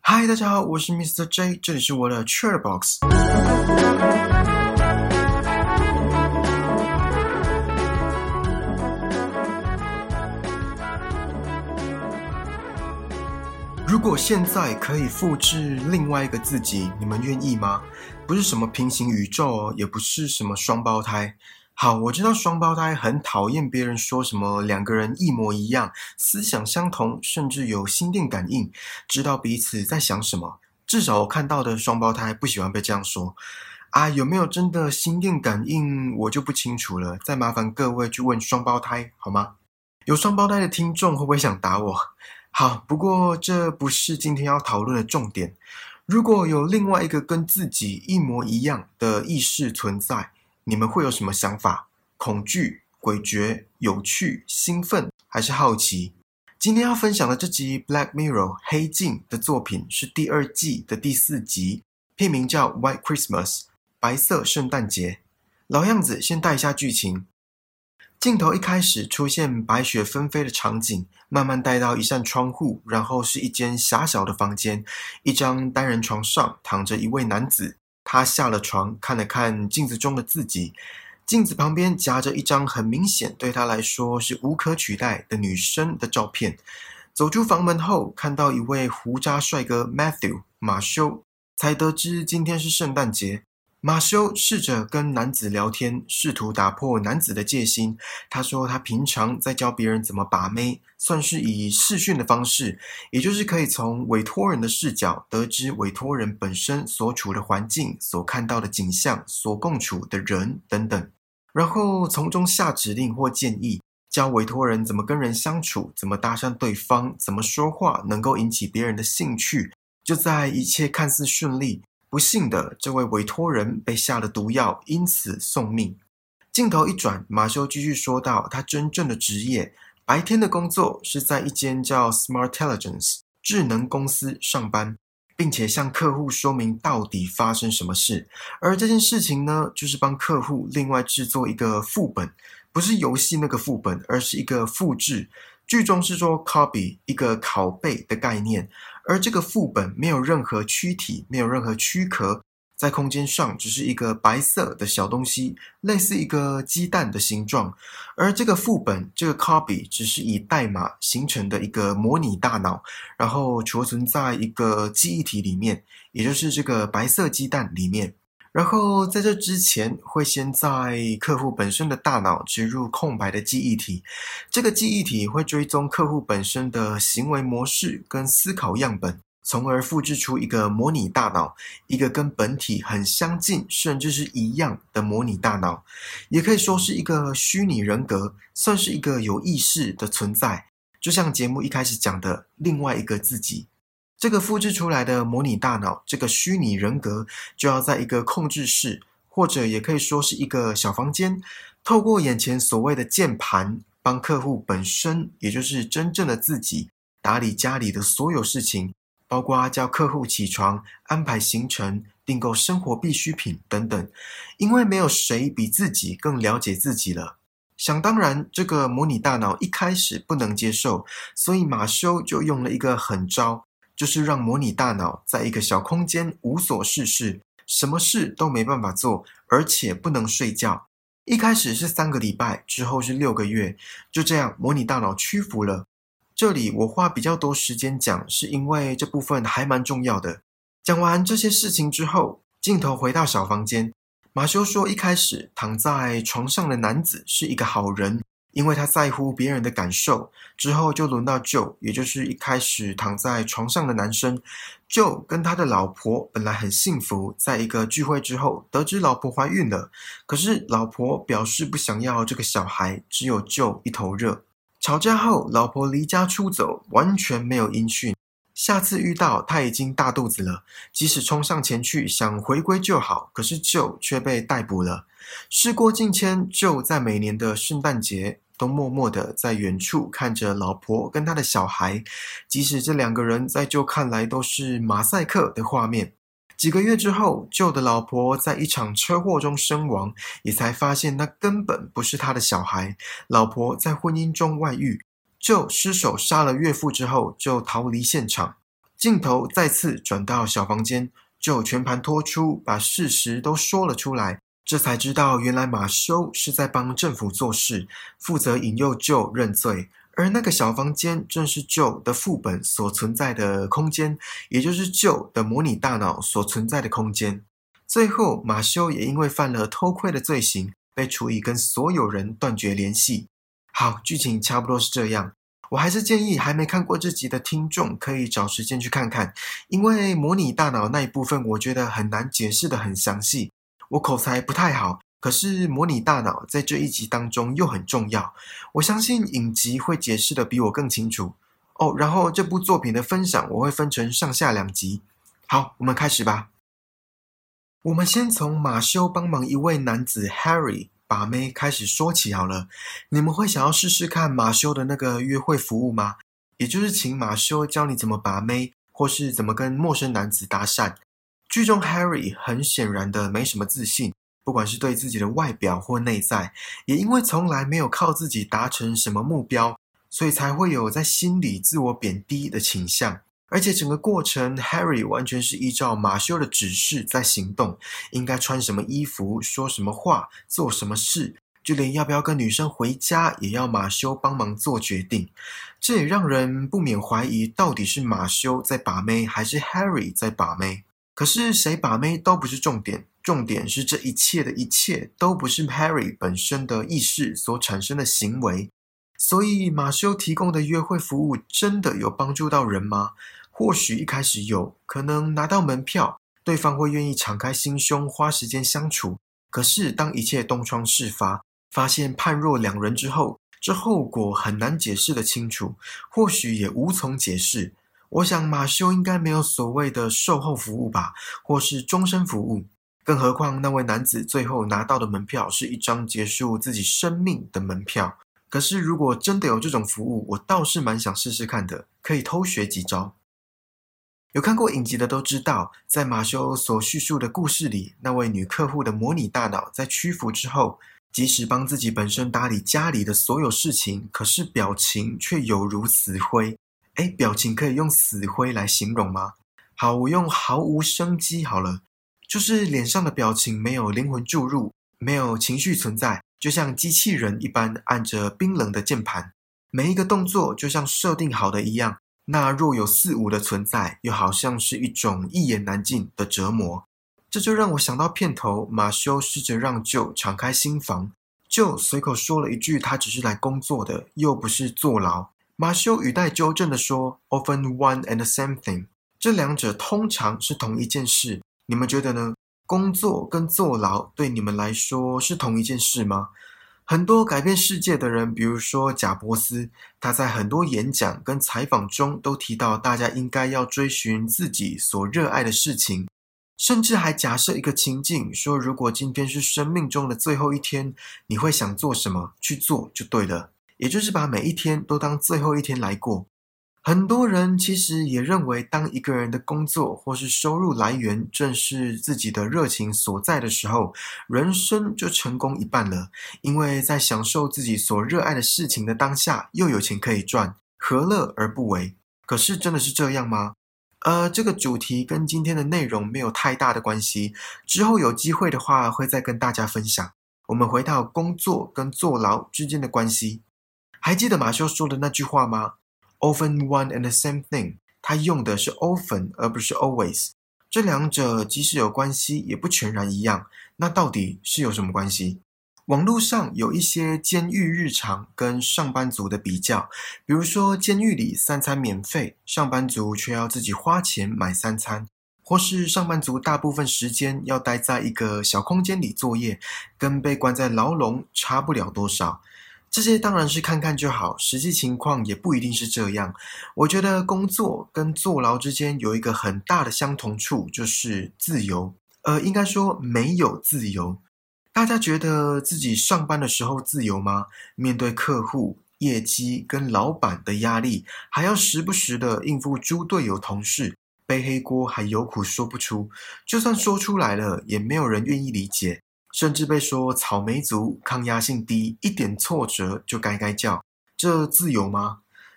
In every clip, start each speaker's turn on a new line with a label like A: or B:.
A: 嗨，大家好，我是 Mr. J， 这里是我的 Chatterbox。如果现在可以复制另外一个自己，你们愿意吗？不是什么平行宇宙哦，也不是什么双胞胎。好，我知道双胞胎很讨厌别人说什么两个人一模一样，思想相同，甚至有心电感应，知道彼此在想什么。至少我看到的双胞胎不喜欢被这样说。有没有真的心电感应，我就不清楚了。再麻烦各位去问双胞胎好吗？有双胞胎的听众会不会想打我？好，不过这不是今天要讨论的重点。如果有另外一个跟自己一模一样的意识存在，你们会有什么想法？恐惧、诡谲、有趣、兴奋，还是好奇？今天要分享的这集《Black Mirror》黑镜的作品是第2季的第4集，片名叫《White Christmas》白色圣诞节。老样子，先带一下剧情。镜头一开始出现白雪纷飞的场景，慢慢带到一扇窗户，然后是一间狭小的房间，一张单人床上躺着一位男子。他下了床，看了看镜子中的自己，镜子旁边夹着一张很明显对他来说是无可取代的女生的照片。走出房门后，看到一位胡渣帅哥 Matthew 马修，才得知今天是圣诞节。马修试着跟男子聊天，试图打破男子的戒心。他说他平常在教别人怎么把妹，算是以视讯的方式，也就是可以从委托人的视角得知委托人本身所处的环境、所看到的景象、所共处的人等等，然后从中下指令或建议，教委托人怎么跟人相处，怎么搭讪对方，怎么说话能够引起别人的兴趣。就在一切看似顺利，不幸的，这位委托人被下了毒药，因此送命。镜头一转，马修继续说道他真正的职业，白天的工作是在一间叫 Smartelligence 智能公司上班，并且向客户说明到底发生什么事。而这件事情呢，就是帮客户另外制作一个副本，不是游戏那个副本，而是一个复制。剧中是说 copy 一个拷贝的概念，而这个副本没有任何躯体，没有任何躯壳，在空间上只是一个白色的小东西，类似一个鸡蛋的形状。而这个副本，这个 copy 只是以代码形成的一个模拟大脑，然后储存在一个记忆体里面，也就是这个白色鸡蛋里面。然后在这之前，会先在客户本身的大脑植入空白的记忆体，这个记忆体会追踪客户本身的行为模式跟思考样本，从而复制出一个模拟大脑，一个跟本体很相近甚至是一样的模拟大脑，也可以说是一个虚拟人格，算是一个有意识的存在，就像节目一开始讲的另外一个自己。这个复制出来的模拟大脑，这个虚拟人格，就要在一个控制室，或者也可以说是一个小房间，透过眼前所谓的键盘，帮客户本身，也就是真正的自己，打理家里的所有事情，包括叫客户起床、安排行程、订购生活必需品等等。因为没有谁比自己更了解自己了。想当然，这个模拟大脑一开始不能接受，所以马修就用了一个狠招，就是让模拟大脑在一个小空间无所事事，什么事都没办法做，而且不能睡觉。一开始是3个礼拜，之后是6个月，就这样模拟大脑屈服了。这里我花比较多时间讲，是因为这部分还蛮重要的。讲完这些事情之后，镜头回到小房间，马修说一开始躺在床上的男子是一个好人，因为他在乎别人的感受。之后就轮到 Joe， 也就是一开始躺在床上的男生。Joe 跟他的老婆本来很幸福，在一个聚会之后得知老婆怀孕了，可是老婆表示不想要这个小孩，只有 Joe 一头热。吵架后，老婆离家出走，完全没有音讯。下次遇到他已经大肚子了，即使冲上前去想回归就好，可是 Joe 却被逮捕了。事过境迁， Joe 在每年的圣诞节都默默地在远处看着老婆跟他的小孩，即使这2个人在Joe看来都是马赛克的画面。几个月之后，Joe的老婆在一场车祸中身亡，也才发现那根本不是他的小孩。老婆在婚姻中外遇，Joe失手杀了岳父之后就逃离现场。 镜头再次转到小房间，就全盘托出，把事实都说了出来。这才知道，原来马修是在帮政府做事，负责引诱Joe认罪。而那个小房间正是Joe的副本所存在的空间，也就是 Joe的模拟大脑所存在的空间。最后，马修也因为犯了偷窥的罪行，被处以跟所有人断绝联系。好，剧情差不多是这样。我还是建议还没看过这集的听众可以找时间去看看，因为模拟大脑那一部分我觉得很难解释得很详细，我口才不太好，可是模拟大脑在这一集当中又很重要，我相信影集会解释得比我更清楚。然后这部作品的分享我会分成上下2集。好，我们开始吧。我们先从马修帮忙一位男子 Harry把妹开始说起好了。你们会想要试试看马修的那个约会服务吗？也就是请马修教你怎么把妹，或是怎么跟陌生男子搭讪。剧中 Harry 很显然的没什么自信，不管是对自己的外表或内在，也因为从来没有靠自己达成什么目标，所以才会有在心里自我贬低的倾向。而且整个过程 Harry 完全是依照马修的指示在行动，应该穿什么衣服，说什么话，做什么事，就连要不要跟女生回家也要马修帮忙做决定。这也让人不免怀疑，到底是马修在把妹还是 Harry 在把妹。可是谁把妹都不是重点，重点是这一切的一切都不是 Harry 本身的意识所产生的行为。所以马修提供的约会服务真的有帮助到人吗？或许一开始有，可能拿到门票，对方会愿意敞开心胸，花时间相处。可是当一切东窗事发，发现判若两人之后，这后果很难解释得清楚，或许也无从解释。我想马修应该没有所谓的售后服务吧，或是终身服务。更何况那位男子最后拿到的门票是一张结束自己生命的门票。可是如果真的有这种服务，我倒是蛮想试试看的，可以偷学几招。有看过影集的都知道，在马修所叙述的故事里，那位女客户的模拟大脑在屈服之后，即使帮自己本身打理家里的所有事情，可是表情却有如死灰。表情可以用死灰来形容吗？好，我用毫无生机好了，就是脸上的表情没有灵魂注入，没有情绪存在，就像机器人一般按着冰冷的键盘，每一个动作就像设定好的一样。那若有似无的存在，又好像是一种一言难尽的折磨。这就让我想到片头，马修试着让Joe敞开心房，Joe随口说了一句他只是来工作的，又不是坐牢。马修语带纠正的说 often one and the same thing， 这两者通常是同一件事，你们觉得呢？工作跟坐牢对你们来说是同一件事吗？很多改变世界的人，比如说贾伯斯，他在很多演讲跟采访中都提到大家应该要追寻自己所热爱的事情，甚至还假设一个情境，说如果今天是生命中的最后一天，你会想做什么，去做就对了，也就是把每一天都当最后一天来过。很多人其实也认为，当一个人的工作或是收入来源正是自己的热情所在的时候，人生就成功一半了。因为在享受自己所热爱的事情的当下，又有钱可以赚，何乐而不为？可是真的是这样吗？这个主题跟今天的内容没有太大的关系，之后有机会的话会再跟大家分享。我们回到工作跟坐牢之间的关系，还记得马修说的那句话吗？Often one and the same thing， 他用的是 often 而不是 always， 这两者即使有关系也不全然一样，那到底是有什么关系？网络上有一些监狱日常跟上班族的比较，比如说监狱里3餐免费，上班族却要自己花钱买3餐，或是上班族大部分时间要待在一个小空间里作业，跟被关在牢笼差不了多少。这些当然是看看就好，实际情况也不一定是这样。我觉得工作跟坐牢之间有一个很大的相同处，就是自由。应该说没有自由。大家觉得自己上班的时候自由吗？面对客户、业绩跟老板的压力，还要时不时的应付猪队友同事，背黑锅还有苦说不出，就算说出来了，也没有人愿意理解。甚至被说草莓族、抗压性低，一点挫折就该叫，这自由吗？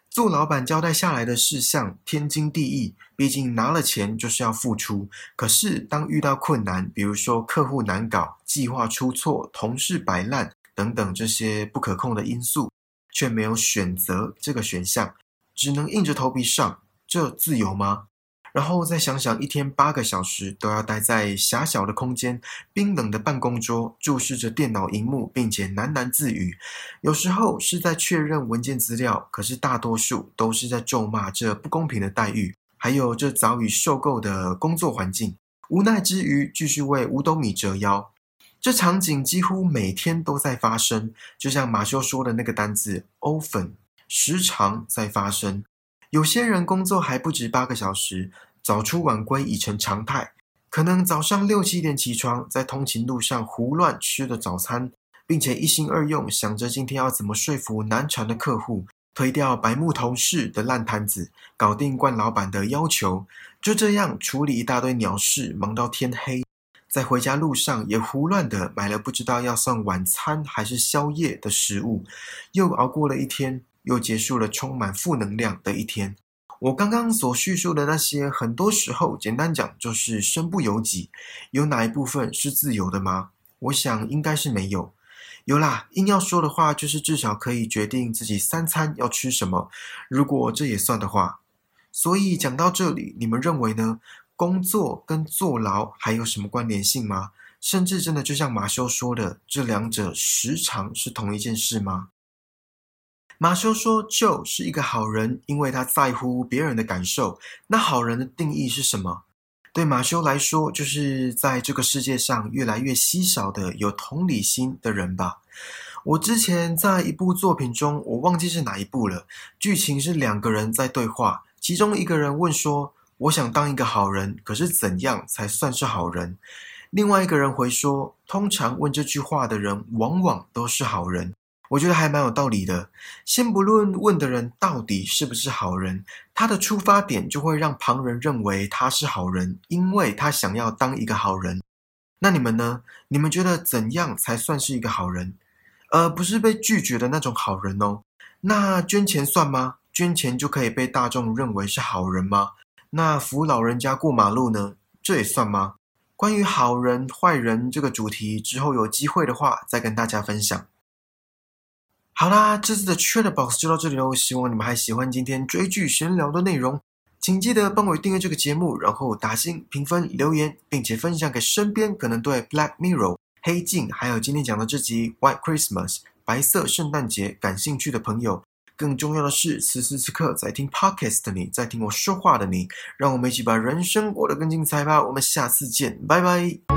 A: 做老板交代下来的事项天经地义，毕竟拿了钱就是要付出。可是当遇到困难，比如说客户难搞、计划出错、同事摆烂等等这些不可控的因素，却没有选择这个选项，只能硬着头皮上，这自由吗？然后再想想，一天8个小时都要待在狭小的空间、冰冷的办公桌，注视着电脑荧幕，并且喃喃自语。有时候是在确认文件资料，可是大多数都是在咒骂这不公平的待遇，还有这早已受够的工作环境。无奈之余，继续为五斗米折腰。这场景几乎每天都在发生，就像马修说的那个单字 often， 时常在发生。有些人工作还不止8个小时，早出晚归已成常态，可能早上6、7点起床，在通勤路上胡乱吃的早餐，并且一心二用想着今天要怎么说服难缠的客户，推掉白目同事的烂摊子，搞定惯老板的要求，就这样处理一大堆鸟事，忙到天黑。在回家路上也胡乱的买了不知道要送晚餐还是宵夜的食物，又熬过了一天，又结束了充满负能量的一天。我刚刚所叙述的那些，很多时候简单讲就是身不由己。有哪一部分是自由的吗？我想应该是没有。有啦，硬要说的话，就是至少可以决定自己3餐要吃什么，如果这也算的话。所以讲到这里，你们认为呢？工作跟坐牢还有什么关联性吗？甚至真的就像马修说的，这两者时常是同一件事吗？马修说 Joe 是一个好人，因为他在乎别人的感受。那好人的定义是什么？对马修来说，就是在这个世界上越来越稀少的有同理心的人吧。我之前在一部作品中，我忘记是哪一部了，剧情是2个人在对话，其中一个人问说，我想当一个好人，可是怎样才算是好人？另外一个人回说，通常问这句话的人往往都是好人。我觉得还蛮有道理的。先不论问的人到底是不是好人，他的出发点就会让旁人认为他是好人，因为他想要当一个好人。那你们呢？你们觉得怎样才算是一个好人？不是被拒绝的那种好人哦。那捐钱算吗？捐钱就可以被大众认为是好人吗？那扶老人家过马路呢？这也算吗？关于好人、坏人这个主题，之后有机会的话再跟大家分享。好啦，这次的 Chatterbox 就到这里喽，希望你们还喜欢今天追剧闲聊的内容。请记得帮我订阅这个节目，然后打星、评分、留言，并且分享给身边可能对 Black Mirror、黑镜，还有今天讲的这集 White Christmas 白色圣诞节感兴趣的朋友。更重要的是，此时此刻在听 Podcast 的你，在听我说话的你，让我们一起把人生过得更精彩吧。我们下次见，拜拜。